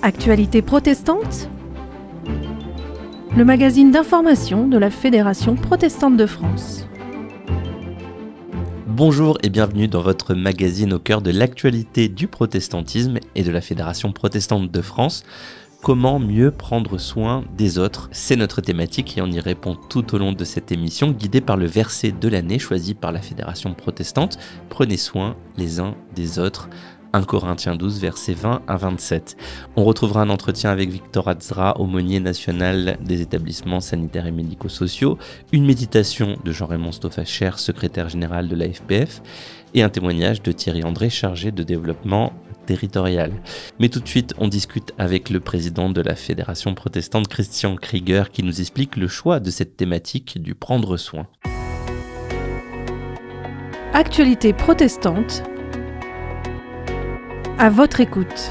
Actualité protestante ? Le magazine d'information de la Fédération protestante de France. Bonjour et bienvenue dans votre magazine au cœur de l'actualité du protestantisme et de la Fédération protestante de France. Comment mieux prendre soin des autres ? C'est notre thématique et on y répond tout au long de cette émission, guidée par le verset de l'année choisi par la Fédération protestante. Prenez soin les uns des autres. 1 Corinthiens 12, versets 20 à 27. On retrouvera un entretien avec Victor Atzra, aumônier national des établissements sanitaires et médico-sociaux, une méditation de Jean-Raymond Stoffacher, secrétaire général de la FPF, et un témoignage de Thierry André, chargé de développement territorial. Mais tout de suite, on discute avec le président de la Fédération protestante, Christian Krieger, qui nous explique le choix de cette thématique du prendre soin. Actualité protestante. À votre écoute.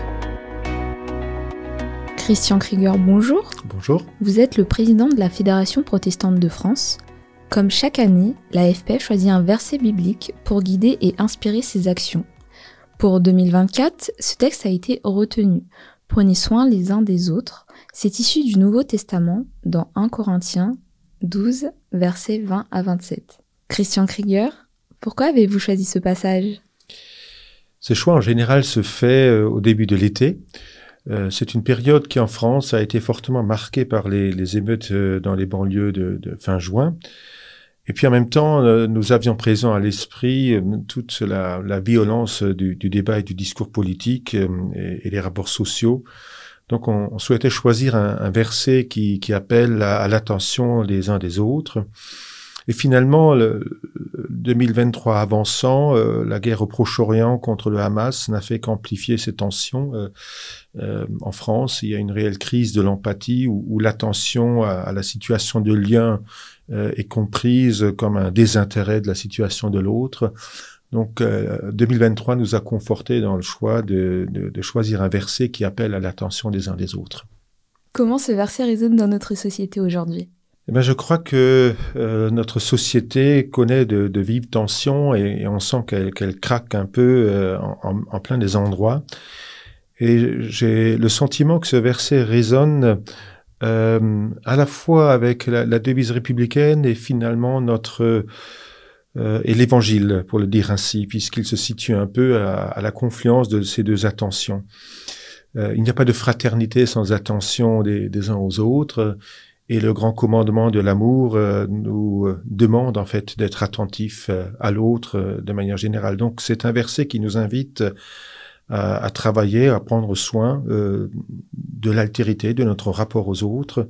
Christian Krieger, bonjour. Bonjour. Vous êtes le président de la Fédération protestante de France. Comme chaque année, la FPF choisit un verset biblique pour guider et inspirer ses actions. Pour 2024, ce texte a été retenu. Prenez soin les uns des autres. C'est issu du Nouveau Testament dans 1 Corinthiens 12, versets 20 à 27. Christian Krieger, pourquoi avez-vous choisi ce passage ? Ce choix en général se fait au début de l'été. C'est une période qui en France a été fortement marquée par les émeutes dans les banlieues de fin juin. Et puis en même temps, nous avions présent à l'esprit toute la violence du débat et du discours politique et les rapports sociaux. Donc on souhaitait choisir un verset qui appelle à l'attention des uns des autres. Et finalement, 2023 avançant, la guerre au Proche-Orient contre le Hamas n'a fait qu'amplifier ces tensions. En France, il y a une réelle crise de l'empathie où l'attention à la situation de lien est comprise comme un désintérêt de la situation de l'autre. Donc 2023 nous a confortés dans le choix de choisir un verset qui appelle à l'attention des uns des autres. Comment ce verset résonne dans notre société aujourd'hui ? Eh bien, je crois que notre société connaît de vives tensions et on sent qu'elle craque un peu en plein des endroits. Et j'ai le sentiment que ce verset résonne à la fois avec la devise républicaine et finalement et l'Évangile, pour le dire ainsi, puisqu'il se situe un peu à la confluence de ces deux attentions. Il n'y a pas de fraternité sans attention des uns aux autres. Et le grand commandement de l'amour nous demande en fait d'être attentifs à l'autre de manière générale. Donc c'est un verset qui nous invite à travailler, à prendre soin de l'altérité, de notre rapport aux autres.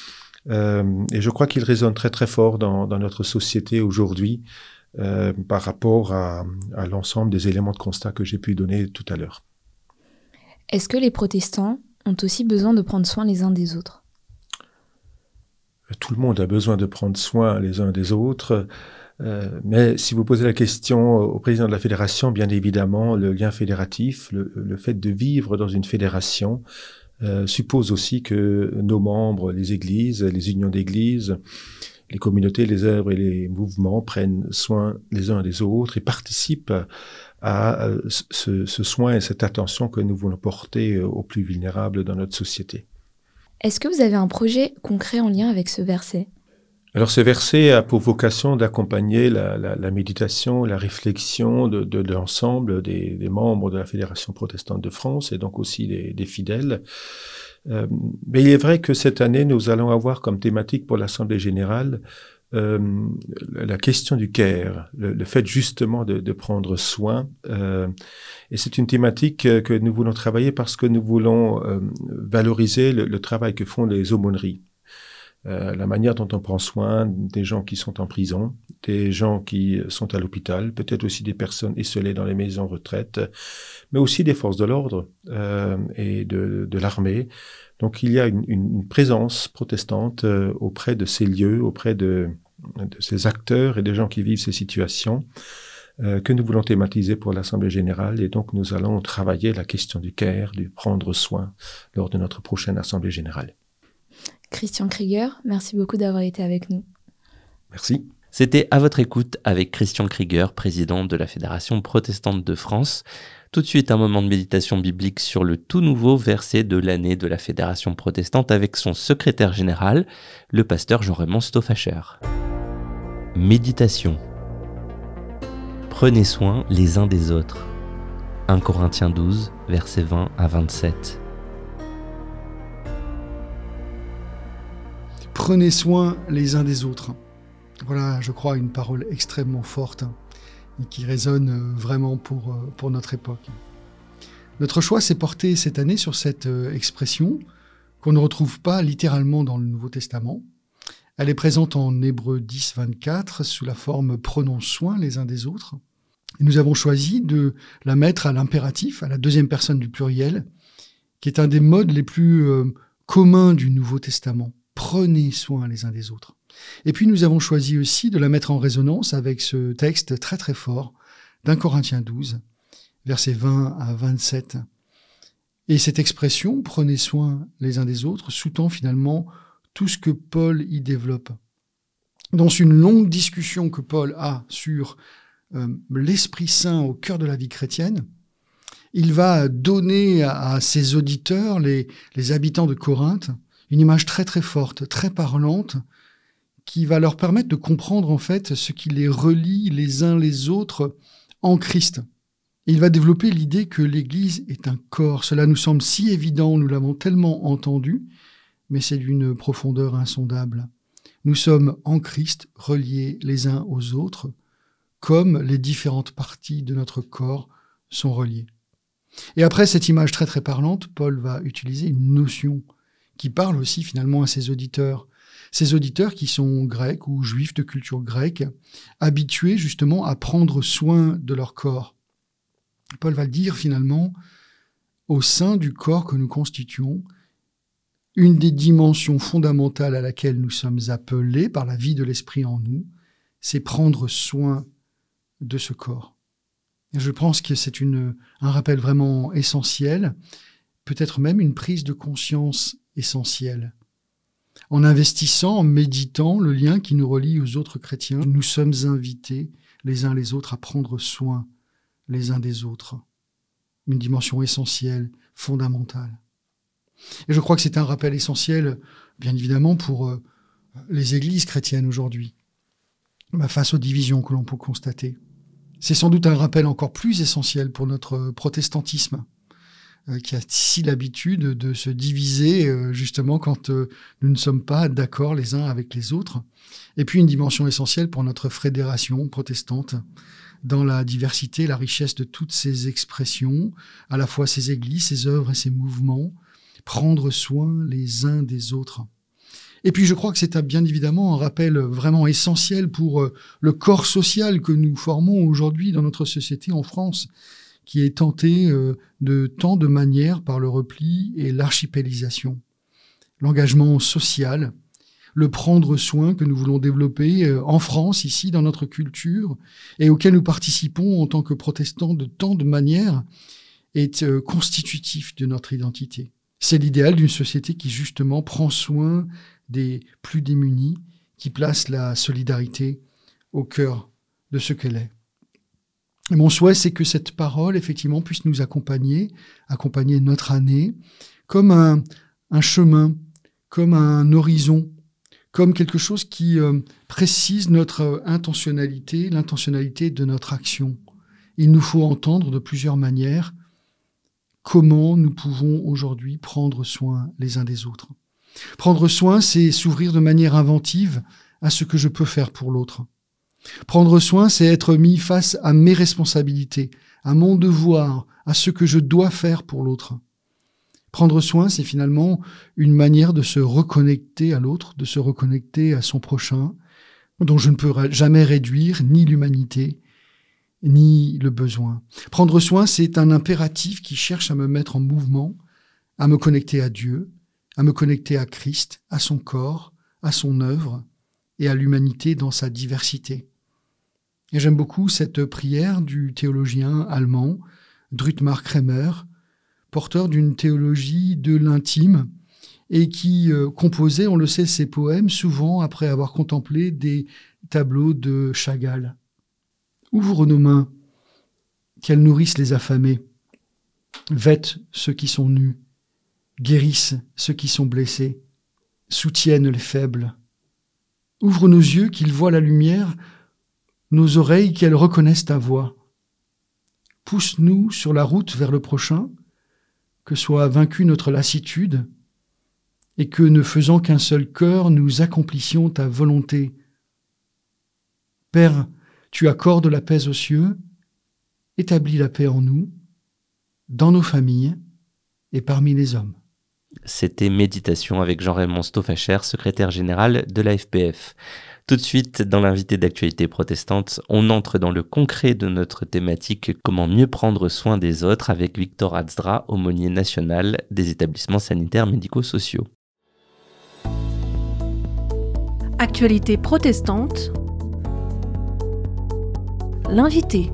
Et je crois qu'il résonne très très fort dans notre société aujourd'hui par rapport à l'ensemble des éléments de constat que j'ai pu donner tout à l'heure. Est-ce que les protestants ont aussi besoin de prendre soin les uns des autres ? Tout le monde a besoin de prendre soin les uns des autres, mais si vous posez la question au président de la fédération, bien évidemment, le lien fédératif, le fait de vivre dans une fédération, suppose aussi que nos membres, les églises, les unions d'églises, les communautés, les œuvres et les mouvements prennent soin les uns des autres et participent à ce soin et cette attention que nous voulons porter aux plus vulnérables dans notre société. Est-ce que vous avez un projet concret en lien avec ce verset ? Alors ce verset a pour vocation d'accompagner la méditation, la réflexion de l'ensemble des membres de la Fédération protestante de France et donc aussi des fidèles. Mais il est vrai que cette année, nous allons avoir comme thématique pour l'Assemblée générale la question du care, le fait justement de prendre soin. Et c'est une thématique que nous voulons travailler parce que nous voulons valoriser le travail que font les aumôneries. La manière dont on prend soin des gens qui sont en prison, des gens qui sont à l'hôpital, peut-être aussi des personnes esseulées dans les maisons retraites, mais aussi des forces de l'ordre et de l'armée. Donc il y a une présence protestante auprès de ces lieux, auprès de ces acteurs et des gens qui vivent ces situations que nous voulons thématiser pour l'Assemblée générale. Et donc nous allons travailler la question du care, du prendre soin lors de notre prochaine Assemblée générale. Christian Krieger, merci beaucoup d'avoir été avec nous. Merci. C'était À votre écoute avec Christian Krieger, président de la Fédération protestante de France. Tout de suite, un moment de méditation biblique sur le tout nouveau verset de l'année de la Fédération protestante avec son secrétaire général, le pasteur Jean-Raymond Stoffacher. Méditation. Prenez soin les uns des autres. 1 Corinthiens 12, versets 20 à 27. Prenez soin les uns des autres. Voilà, je crois, une parole extrêmement forte et qui résonne vraiment pour notre époque. Notre choix s'est porté cette année sur cette expression qu'on ne retrouve pas littéralement dans le Nouveau Testament. Elle est présente en Hébreux 10, 24 sous la forme « prenons soin les uns des autres ». Et nous avons choisi de la mettre à l'impératif, à la deuxième personne du pluriel, qui est un des modes les plus communs du Nouveau Testament. Prenez soin les uns des autres. Et puis nous avons choisi aussi de la mettre en résonance avec ce texte très très fort d'1 Corinthiens 12, versets 20 à 27. Et cette expression, prenez soin les uns des autres, sous-tend finalement tout ce que Paul y développe. Dans une longue discussion que Paul a sur l'Esprit Saint au cœur de la vie chrétienne, il va donner à ses auditeurs, les habitants de Corinthe, une image très très forte, très parlante, qui va leur permettre de comprendre en fait ce qui les relie les uns les autres en Christ. Il va développer l'idée que l'Église est un corps. Cela nous semble si évident, nous l'avons tellement entendu, mais c'est d'une profondeur insondable. Nous sommes en Christ, reliés les uns aux autres, comme les différentes parties de notre corps sont reliées. Et après cette image très très parlante, Paul va utiliser une notion qui parle aussi finalement à ses auditeurs qui sont grecs ou juifs de culture grecque, habitués justement à prendre soin de leur corps. Paul va le dire finalement, au sein du corps que nous constituons, une des dimensions fondamentales à laquelle nous sommes appelés par la vie de l'Esprit en nous, c'est prendre soin de ce corps. Et je pense que c'est un rappel vraiment essentiel, peut-être même une prise de conscience essentielle. En investissant, en méditant le lien qui nous relie aux autres chrétiens, nous sommes invités les uns les autres à prendre soin les uns des autres. Une dimension essentielle, fondamentale. Et je crois que c'est un rappel essentiel, bien évidemment, pour les églises chrétiennes aujourd'hui, face aux divisions que l'on peut constater. C'est sans doute un rappel encore plus essentiel pour notre protestantisme, qui a si l'habitude de se diviser justement quand nous ne sommes pas d'accord les uns avec les autres. Et puis une dimension essentielle pour notre fédération protestante, dans la diversité, la richesse de toutes ces expressions, à la fois ces églises, ces œuvres et ces mouvements, prendre soin les uns des autres. Et puis je crois que c'est bien évidemment un rappel vraiment essentiel pour le corps social que nous formons aujourd'hui dans notre société en France, qui est tenté de tant de manières par le repli et l'archipélisation. L'engagement social, le prendre soin que nous voulons développer en France, ici, dans notre culture, et auquel nous participons en tant que protestants de tant de manières, est constitutif de notre identité. C'est l'idéal d'une société qui, justement, prend soin des plus démunis, qui place la solidarité au cœur de ce qu'elle est. Et mon souhait, c'est que cette parole, effectivement, puisse nous accompagner notre année, comme un chemin, comme un horizon, comme quelque chose qui précise notre intentionnalité, l'intentionnalité de notre action. Il nous faut entendre de plusieurs manières comment nous pouvons aujourd'hui prendre soin les uns des autres. Prendre soin, c'est s'ouvrir de manière inventive à ce que je peux faire pour l'autre. Prendre soin, c'est être mis face à mes responsabilités, à mon devoir, à ce que je dois faire pour l'autre. Prendre soin, c'est finalement une manière de se reconnecter à l'autre, de se reconnecter à son prochain, dont je ne peux jamais réduire ni l'humanité, ni le besoin. Prendre soin, c'est un impératif qui cherche à me mettre en mouvement, à me connecter à Dieu, à me connecter à Christ, à son corps, à son œuvre et à l'humanité dans sa diversité. Et j'aime beaucoup cette prière du théologien allemand Drütmar Kremer, porteur d'une théologie de l'intime et qui composait, on le sait, ses poèmes souvent après avoir contemplé des tableaux de Chagall. Ouvre nos mains, qu'elles nourrissent les affamés. vêtent ceux qui sont nus, guérissent ceux qui sont blessés, soutiennent les faibles. Ouvre nos yeux qu'ils voient la lumière, nos oreilles qu'elles reconnaissent ta voix. Pousse-nous sur la route vers le prochain, que soit vaincue notre lassitude, et que, ne faisant qu'un seul cœur, nous accomplissions ta volonté. Père, tu accordes la paix aux cieux, établis la paix en nous, dans nos familles et parmi les hommes. C'était Méditation avec Jean-Raymond Stoffacher, secrétaire général de la FPF. Tout de suite, dans l'invité d'actualité protestante, on entre dans le concret de notre thématique « Comment mieux prendre soin des autres » avec Victor Azdra, aumônier national des établissements sanitaires médico-sociaux. Actualité protestante. L'invité.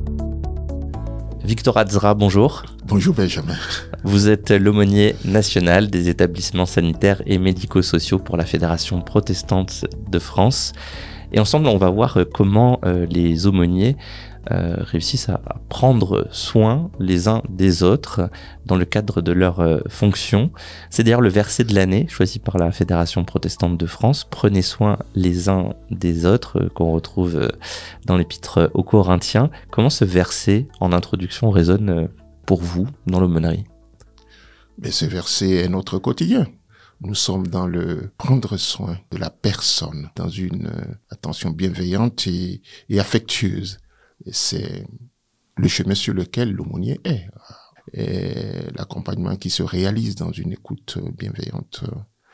Victor Azdra, bonjour. Bonjour Benjamin. Vous êtes l'aumônier national des établissements sanitaires et médico-sociaux pour la Fédération protestante de France. Et ensemble, on va voir comment les aumôniers réussissent à prendre soin les uns des autres dans le cadre de leur fonction. C'est d'ailleurs le verset de l'année choisi par la Fédération protestante de France. Prenez soin les uns des autres, qu'on retrouve dans l'épître aux Corinthiens. Comment ce verset en introduction résonne pour vous dans l'aumônerie? Mais ce verset est notre quotidien. Nous sommes dans le prendre soin de la personne, dans une attention bienveillante et affectueuse. Et c'est le chemin sur lequel l'aumônier est. Et l'accompagnement qui se réalise dans une écoute bienveillante,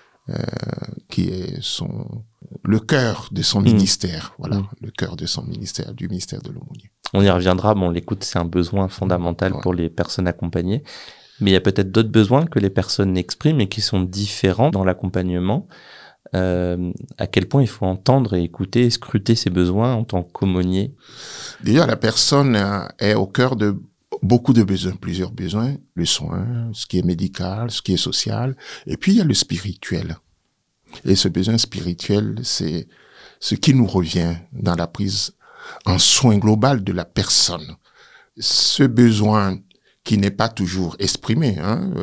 qui est le cœur de son ministère. Voilà, le cœur de son ministère, du ministère de l'aumônier. On y reviendra. Bon, l'écoute, c'est un besoin fondamental pour les personnes accompagnées. Mais il y a peut-être d'autres besoins que les personnes expriment et qui sont différents dans l'accompagnement. À quel point il faut entendre et écouter et scruter ces besoins en tant qu'aumônier? Déjà, la personne est au cœur de beaucoup de besoins, plusieurs besoins, le soin, ce qui est médical, ce qui est social, et puis il y a le spirituel. Et ce besoin spirituel, c'est ce qui nous revient dans la prise en soin global de la personne. Ce besoin qui n'est pas toujours exprimé,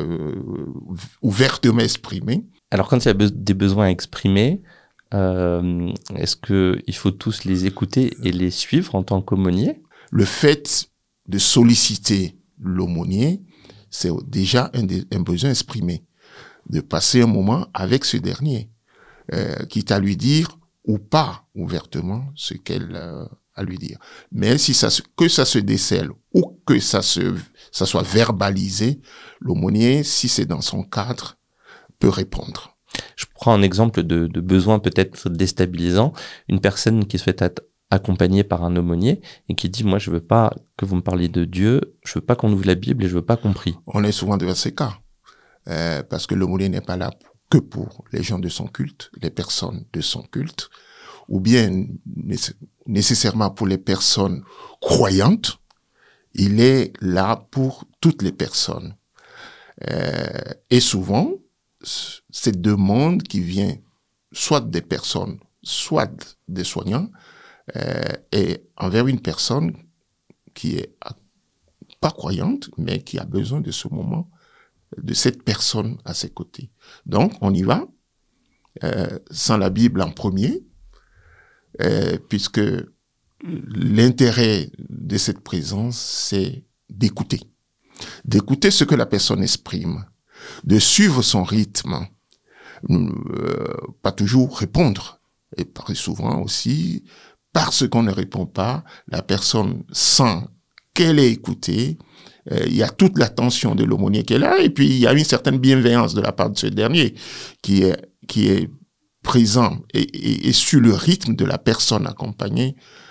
ouvertement exprimé. Alors quand il y a des besoins exprimés, est-ce qu'il faut tous les écouter et les suivre en tant qu'aumônier? Le fait de solliciter l'aumônier, c'est déjà un besoin exprimé. De passer un moment avec ce dernier, quitte à lui dire ou pas ouvertement ce qu'elle a à lui dire. Mais si ça se décèle ou que ça soit verbalisé, l'aumônier, si c'est dans son cadre, peut répondre. Je prends un exemple de besoin peut-être déstabilisant. Une personne qui se fait accompagner par un aumônier et qui dit « Moi, je veux pas que vous me parliez de Dieu, je veux pas qu'on ouvre la Bible et je veux pas qu'on prie. » On est souvent devant ces cas. Parce que l'aumônier n'est pas là que pour les gens de son culte, les personnes de son culte, ou bien nécessairement pour les personnes croyantes. Il est là pour toutes les personnes. Et souvent, cette demande qui vient soit des personnes, soit des soignants, est envers une personne qui est pas croyante, mais qui a besoin de ce moment, de cette personne à ses côtés. Donc, on y va, sans la Bible en premier, puisque l'intérêt de cette présence, c'est d'écouter ce que la personne exprime, de suivre son rythme, pas toujours répondre, et très souvent aussi, parce qu'on ne répond pas, la personne sent qu'elle est écoutée, il y a toute l'attention de l'aumônier qui est là, et puis il y a une certaine bienveillance de la part de ce dernier qui est présent et sur le rythme de la personne accompagnée.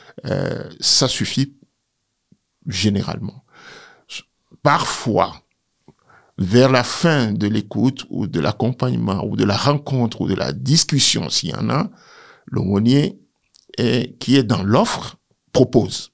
Ça suffit généralement. Parfois, vers la fin de l'écoute ou de l'accompagnement ou de la rencontre ou de la discussion, s'il y en a, l'aumônier qui est dans l'offre propose,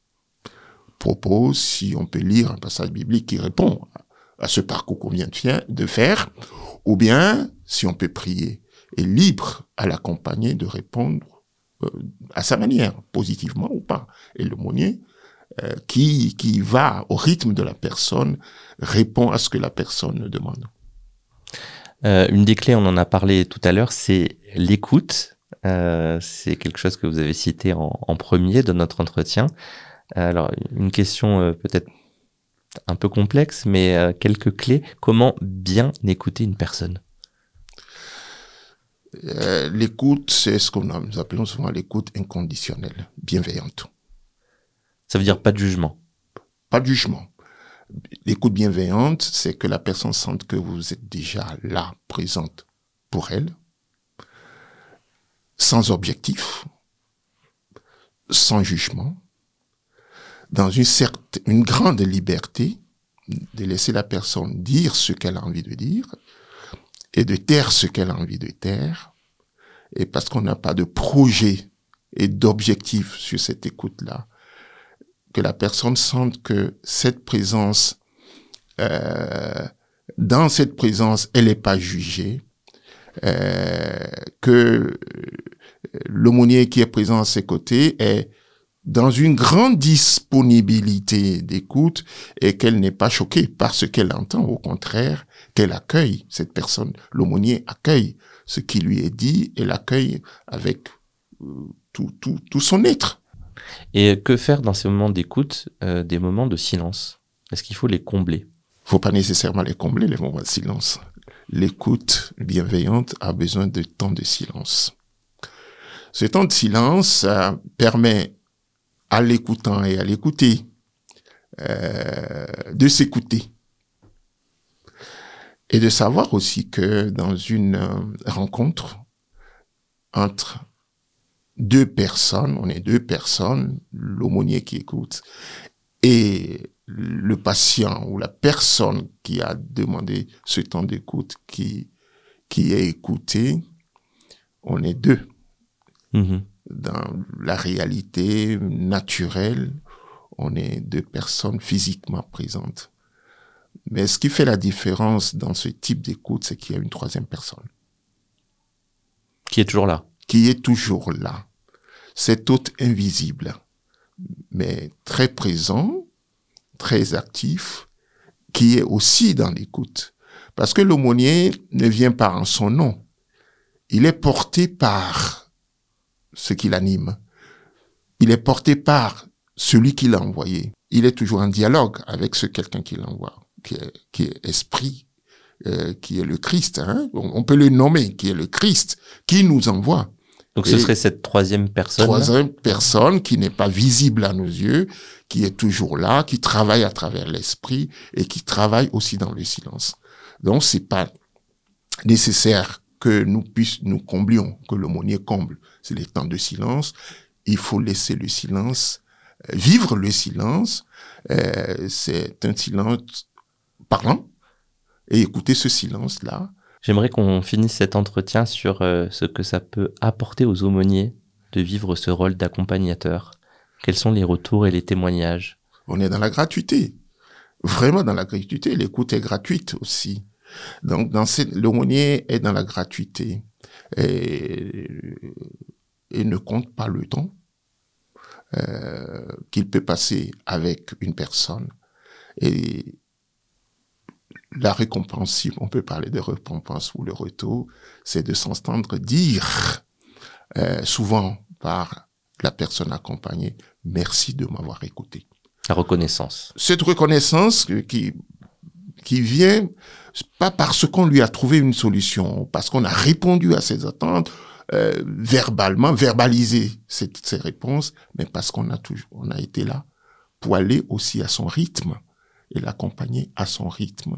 si on peut lire un passage biblique qui répond à ce parcours qu'on vient de faire, ou bien si on peut prier, est libre à l'accompagner de répondre à sa manière, positivement ou pas. Et l'aumônier qui va au rythme de la personne, répond à ce que la personne demande. Une des clés, on en a parlé tout à l'heure, c'est l'écoute. C'est quelque chose que vous avez cité en premier de notre entretien. Alors, une question peut-être un peu complexe, mais quelques clés. Comment bien écouter une personne? L'écoute, c'est ce que nous appelons souvent l'écoute inconditionnelle, bienveillante. Ça veut dire pas de jugement? Pas de jugement. L'écoute bienveillante, c'est que la personne sente que vous êtes déjà là, présente pour elle, sans objectif, sans jugement, dans une grande liberté de laisser la personne dire ce qu'elle a envie de dire et de taire ce qu'elle a envie de taire. Et parce qu'on n'a pas de projet et d'objectif sur cette écoute-là, que la personne sente que cette présence, dans cette présence, elle n'est pas jugée, que l'aumônier qui est présent à ses côtés est dans une grande disponibilité d'écoute et qu'elle n'est pas choquée par ce qu'elle entend, au contraire, qu'elle accueille cette personne. L'aumônier accueille ce qui lui est dit et l'accueille avec tout son être. Et que faire dans ces moments d'écoute, des moments de silence? Est-ce qu'il faut les combler? Faut pas nécessairement les combler, les moments de silence. L'écoute bienveillante a besoin de temps de silence. Ce temps de silence permet à l'écoutant et à l'écouter de s'écouter. Et de savoir aussi que dans une rencontre entre deux personnes, on est deux personnes, l'aumônier qui écoute et le patient ou la personne qui a demandé ce temps d'écoute qui est écouté, on est deux. Mmh. Dans la réalité naturelle, on est deux personnes physiquement présentes. Mais ce qui fait la différence dans ce type d'écoute, c'est qu'il y a une troisième personne. Qui est toujours là. Qui est toujours là. Cet hôte invisible, mais très présent, très actif, qui est aussi dans l'écoute. Parce que l'aumônier ne vient pas en son nom. Il est porté par ce qui l'anime. Il est porté par celui qui l'a envoyé. Il est toujours en dialogue avec quelqu'un qui l'envoie, qui est esprit, qui est le Christ. Hein? On peut le nommer, qui est le Christ, qui nous envoie. Donc ce serait cette troisième personne. Troisième personne qui n'est pas visible à nos yeux, qui est toujours là, qui travaille à travers l'esprit et qui travaille aussi dans le silence. Donc c'est pas nécessaire que nous comblions, que l'aumônier comble. C'est les temps de silence. Il faut laisser le silence, vivre le silence. C'est un silence parlant. Et écouter ce silence-là. J'aimerais qu'on finisse cet entretien sur ce que ça peut apporter aux aumôniers de vivre ce rôle d'accompagnateur. Quels sont les retours et les témoignages? On est dans la gratuité. Vraiment dans la gratuité. L'écoute est gratuite aussi. Donc, l'aumônier est dans la gratuité et ne compte pas le temps qu'il peut passer avec une personne. Et la récompense, si on peut parler de récompense ou le retour, c'est de s'entendre dire, souvent par la personne accompagnée, merci de m'avoir écouté. La reconnaissance. Cette reconnaissance qui vient pas parce qu'on lui a trouvé une solution, parce qu'on a répondu à ses attentes verbalement, verbalisé ces réponses, mais parce on a été là pour aller aussi à son rythme et l'accompagner à son rythme,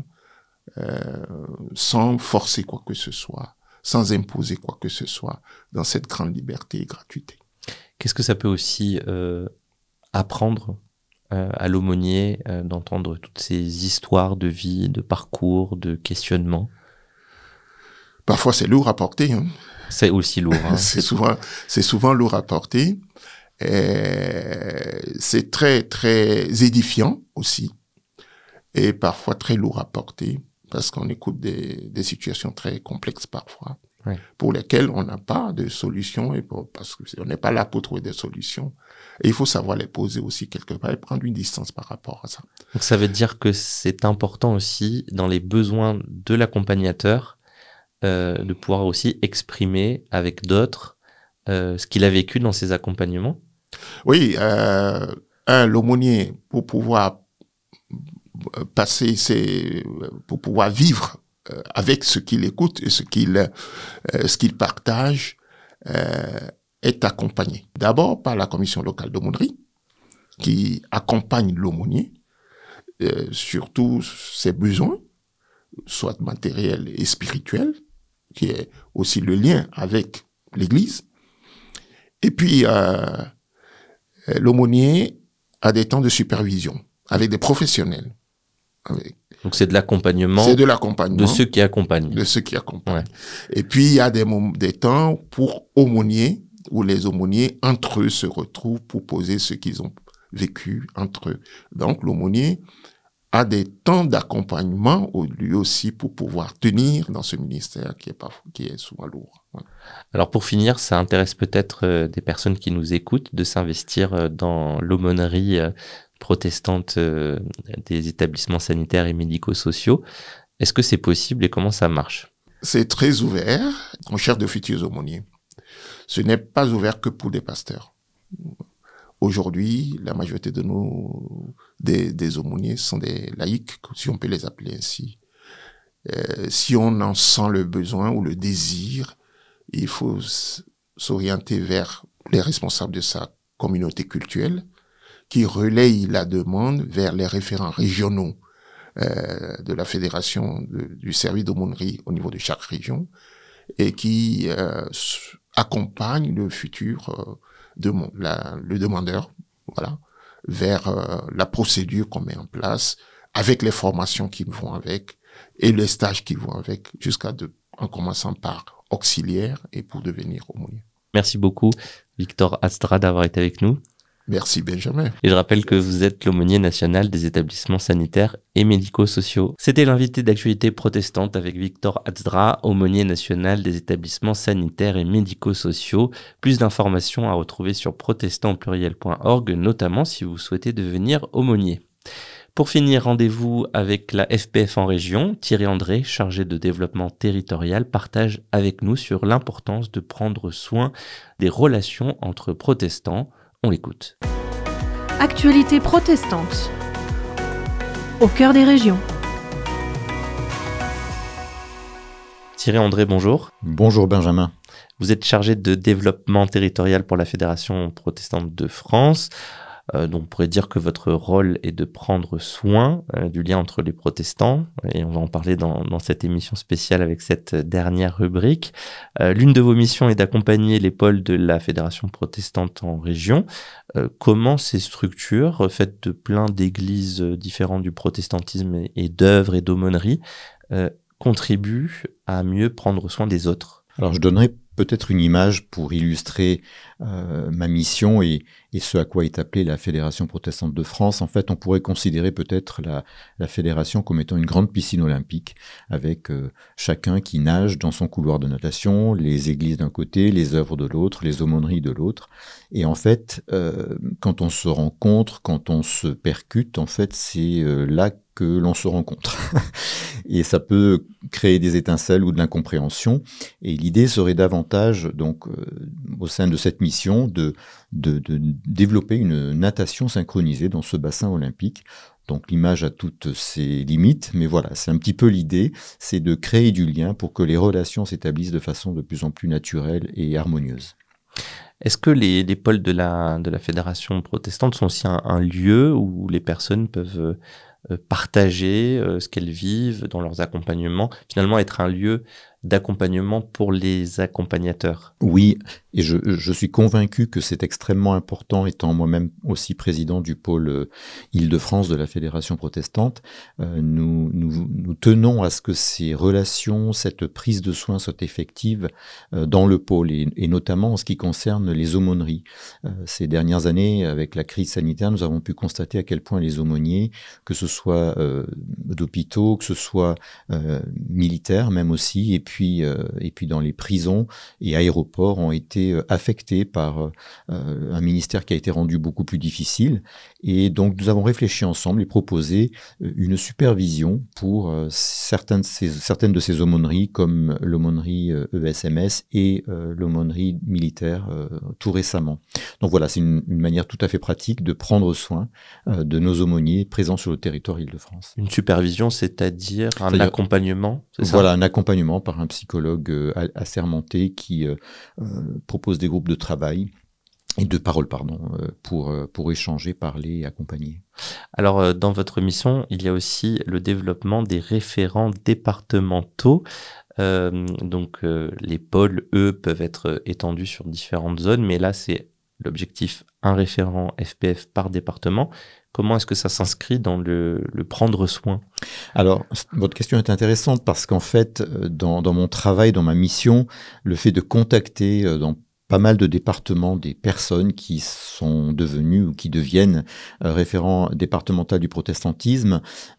sans forcer quoi que ce soit, sans imposer quoi que ce soit, dans cette grande liberté et gratuité. Qu'est-ce que ça peut aussi apprendre à l'aumônier d'entendre toutes ces histoires de vie, de parcours, de questionnements? Parfois, c'est lourd à porter. Hein. C'est aussi lourd. Hein. c'est souvent lourd à porter. C'est très, très édifiant aussi. Et parfois très lourd à porter, parce qu'on écoute des situations très complexes parfois. Ouais. pour lesquelles on n'a pas de solution, parce qu'on n'est pas là pour trouver des solutions. Et il faut savoir les poser aussi quelque part et prendre une distance par rapport à ça. Donc ça veut dire que c'est important aussi, dans les besoins de l'accompagnateur, de pouvoir aussi exprimer avec d'autres ce qu'il a vécu dans ses accompagnements. Oui, l'aumônier, pour pouvoir pour pouvoir vivre avec ce qu'il écoute et ce qu'il partage, est accompagné. D'abord par la commission locale d'aumônerie, qui accompagne l'aumônier sur tous ses besoins, soit matériels et spirituels, qui est aussi le lien avec l'Église. Et puis, l'aumônier a des temps de supervision avec des professionnels. Donc c'est de l'accompagnement. C'est de l'accompagnement. De ceux qui accompagnent. De ceux qui accompagnent. Ouais. Et puis, il y a des temps pour aumôniers, où les aumôniers, entre eux, se retrouvent pour poser ce qu'ils ont vécu entre eux. Donc, l'aumônier a des temps d'accompagnement, lui aussi, pour pouvoir tenir dans ce ministère qui est souvent lourd. Ouais. Alors, pour finir, ça intéresse peut-être des personnes qui nous écoutent de s'investir dans l'aumônerie protestante des établissements sanitaires et médico-sociaux. Est-ce que c'est possible et comment ça marche? C'est très ouvert. On cherche de futurs aumôniers. Ce n'est pas ouvert que pour des pasteurs. Aujourd'hui, la majorité de des aumôniers sont des laïcs, si on peut les appeler ainsi. Si on en sent le besoin ou le désir, il faut s'orienter vers les responsables de sa communauté cultuelle, qui relayent la demande vers les référents régionaux de la fédération du service d'aumônerie au niveau de chaque région, et qui accompagnent le futur le demandeur, voilà, vers la procédure qu'on met en place, avec les formations qui vont avec et les stages qui vont avec, en commençant par auxiliaire et pour devenir aumônier. Merci beaucoup, Victor Adstra, d'avoir été avec nous. Merci Benjamin. Et je rappelle que vous êtes l'aumônier national des établissements sanitaires et médico-sociaux. C'était l'invité d'actualité protestante avec Victor Adstra, aumônier national des établissements sanitaires et médico-sociaux. Plus d'informations à retrouver sur protestantpluriel.org, notamment si vous souhaitez devenir aumônier. Pour finir, rendez-vous avec la FPF en région. Thierry André, chargé de développement territorial, partage avec nous sur l'importance de prendre soin des relations entre protestants. On l'écoute. Actualité protestante. Au cœur des régions. Thierry André, bonjour. Bonjour Benjamin. Vous êtes chargé de développement territorial pour la Fédération protestante de France. Donc on pourrait dire que votre rôle est de prendre soin du lien entre les protestants, et on va en parler dans cette émission spéciale avec cette dernière rubrique. L'une de vos missions est d'accompagner les pôles de la Fédération protestante en région. Comment ces structures, faites de plein d'églises différentes du protestantisme et d'œuvres et d'aumôneries, contribuent à mieux prendre soin des autres? Alors je donnerai peut-être une image pour illustrer ma mission et ce à quoi est appelée la Fédération protestante de France. En fait, on pourrait considérer peut-être la fédération comme étant une grande piscine olympique, avec chacun qui nage dans son couloir de natation, les églises d'un côté, les œuvres de l'autre, les aumôneries de l'autre. Et en fait, quand on se rencontre, quand on se percute, en fait, c'est là que l'on se rencontre. Et ça peut créer des étincelles ou de l'incompréhension. Et l'idée serait davantage, donc, au sein de cette mission, de développer une natation synchronisée dans ce bassin olympique. Donc l'image a toutes ses limites, mais voilà, c'est un petit peu l'idée, c'est de créer du lien pour que les relations s'établissent de façon de plus en plus naturelle et harmonieuse. Est-ce que les pôles de la Fédération protestante sont aussi un lieu où les personnes peuvent partager ce qu'elles vivent dans leurs accompagnements, finalement être un lieu d'accompagnement pour les accompagnateurs? Oui, et je suis convaincu que c'est extrêmement important, étant moi-même aussi président du pôle Île-de-France de la Fédération protestante. Nous tenons à ce que ces relations, cette prise de soins soit effective dans le pôle, et notamment en ce qui concerne les aumôneries. Ces dernières années, avec la crise sanitaire, nous avons pu constater à quel point les aumôniers, que ce soit d'hôpitaux, que ce soit militaires même aussi, et puis dans les prisons et aéroports ont été affectés par un ministère qui a été rendu beaucoup plus difficile. Et donc nous avons réfléchi ensemble et proposé une supervision pour certaines de ces aumôneries, comme l'aumônerie ESMS et l'aumônerie militaire tout récemment. Donc voilà, c'est une manière tout à fait pratique de prendre soin de nos aumôniers présents sur le territoire Île-de-France. Une supervision, c'est-à-dire un accompagnement, c'est ça ? Voilà, un accompagnement par un psychologue assermenté qui propose des groupes de travail et de parole, pour échanger, parler et accompagner. Alors, dans votre mission, il y a aussi le développement des référents départementaux. Les pôles, eux, peuvent être étendus sur différentes zones, mais là, c'est l'objectif, un référent FPF par département. Comment est-ce que ça s'inscrit dans le prendre soin ? Alors, votre question est intéressante parce qu'en fait, dans mon travail, dans ma mission, le fait de contacter dans pas mal de départements des personnes qui sont devenues ou qui deviennent référents départementaux du protestantisme,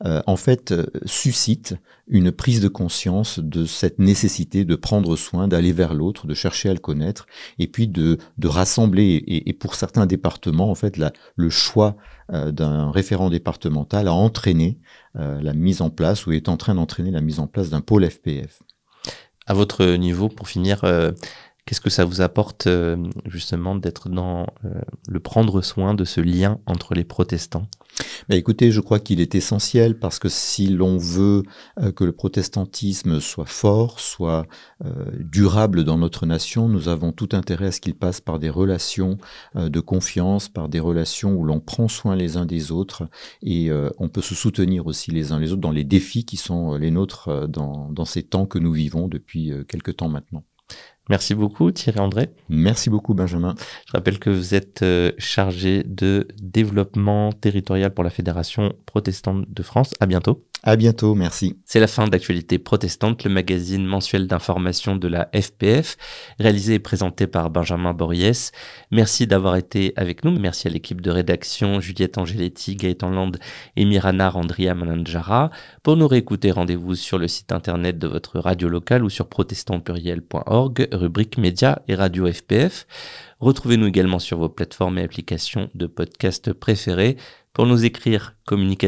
suscite une prise de conscience de cette nécessité de prendre soin, d'aller vers l'autre, de chercher à le connaître, et puis de rassembler. Et pour certains départements, en fait, le choix d'un référent départemental a entraîné la mise en place, ou est en train d'entraîner la mise en place d'un pôle FPF. À votre niveau, pour finir, qu'est-ce que ça vous apporte justement d'être dans le prendre soin de ce lien entre les protestants ? Écoutez, je crois qu'il est essentiel parce que si l'on veut que le protestantisme soit fort, soit durable dans notre nation, nous avons tout intérêt à ce qu'il passe par des relations de confiance, par des relations où l'on prend soin les uns des autres et on peut se soutenir aussi les uns les autres dans les défis qui sont les nôtres dans ces temps que nous vivons depuis quelque temps maintenant. Merci beaucoup Thierry André. Merci beaucoup Benjamin. Je rappelle que vous êtes chargé de développement territorial pour la Fédération protestante de France. À bientôt. À bientôt, merci. C'est la fin d'Actualité protestante, le magazine mensuel d'information de la FPF, réalisé et présenté par Benjamin Borries. Merci d'avoir été avec nous. Merci à l'équipe de rédaction, Juliette Angeletti, Gaëtan Land et Mirana Randria Mananjara. Pour nous réécouter, rendez-vous sur le site internet de votre radio locale ou sur protestantpluriel.org, rubrique médias et radio FPF. Retrouvez-nous également sur vos plateformes et applications de podcast préférées. Pour nous écrire,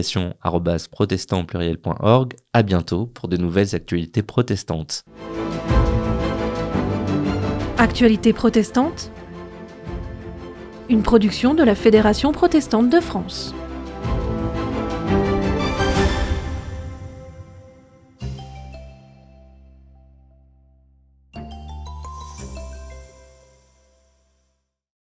communication@protestantpluriel.org. À bientôt pour de nouvelles actualités protestantes. Actualité protestante, une production de la Fédération protestante de France.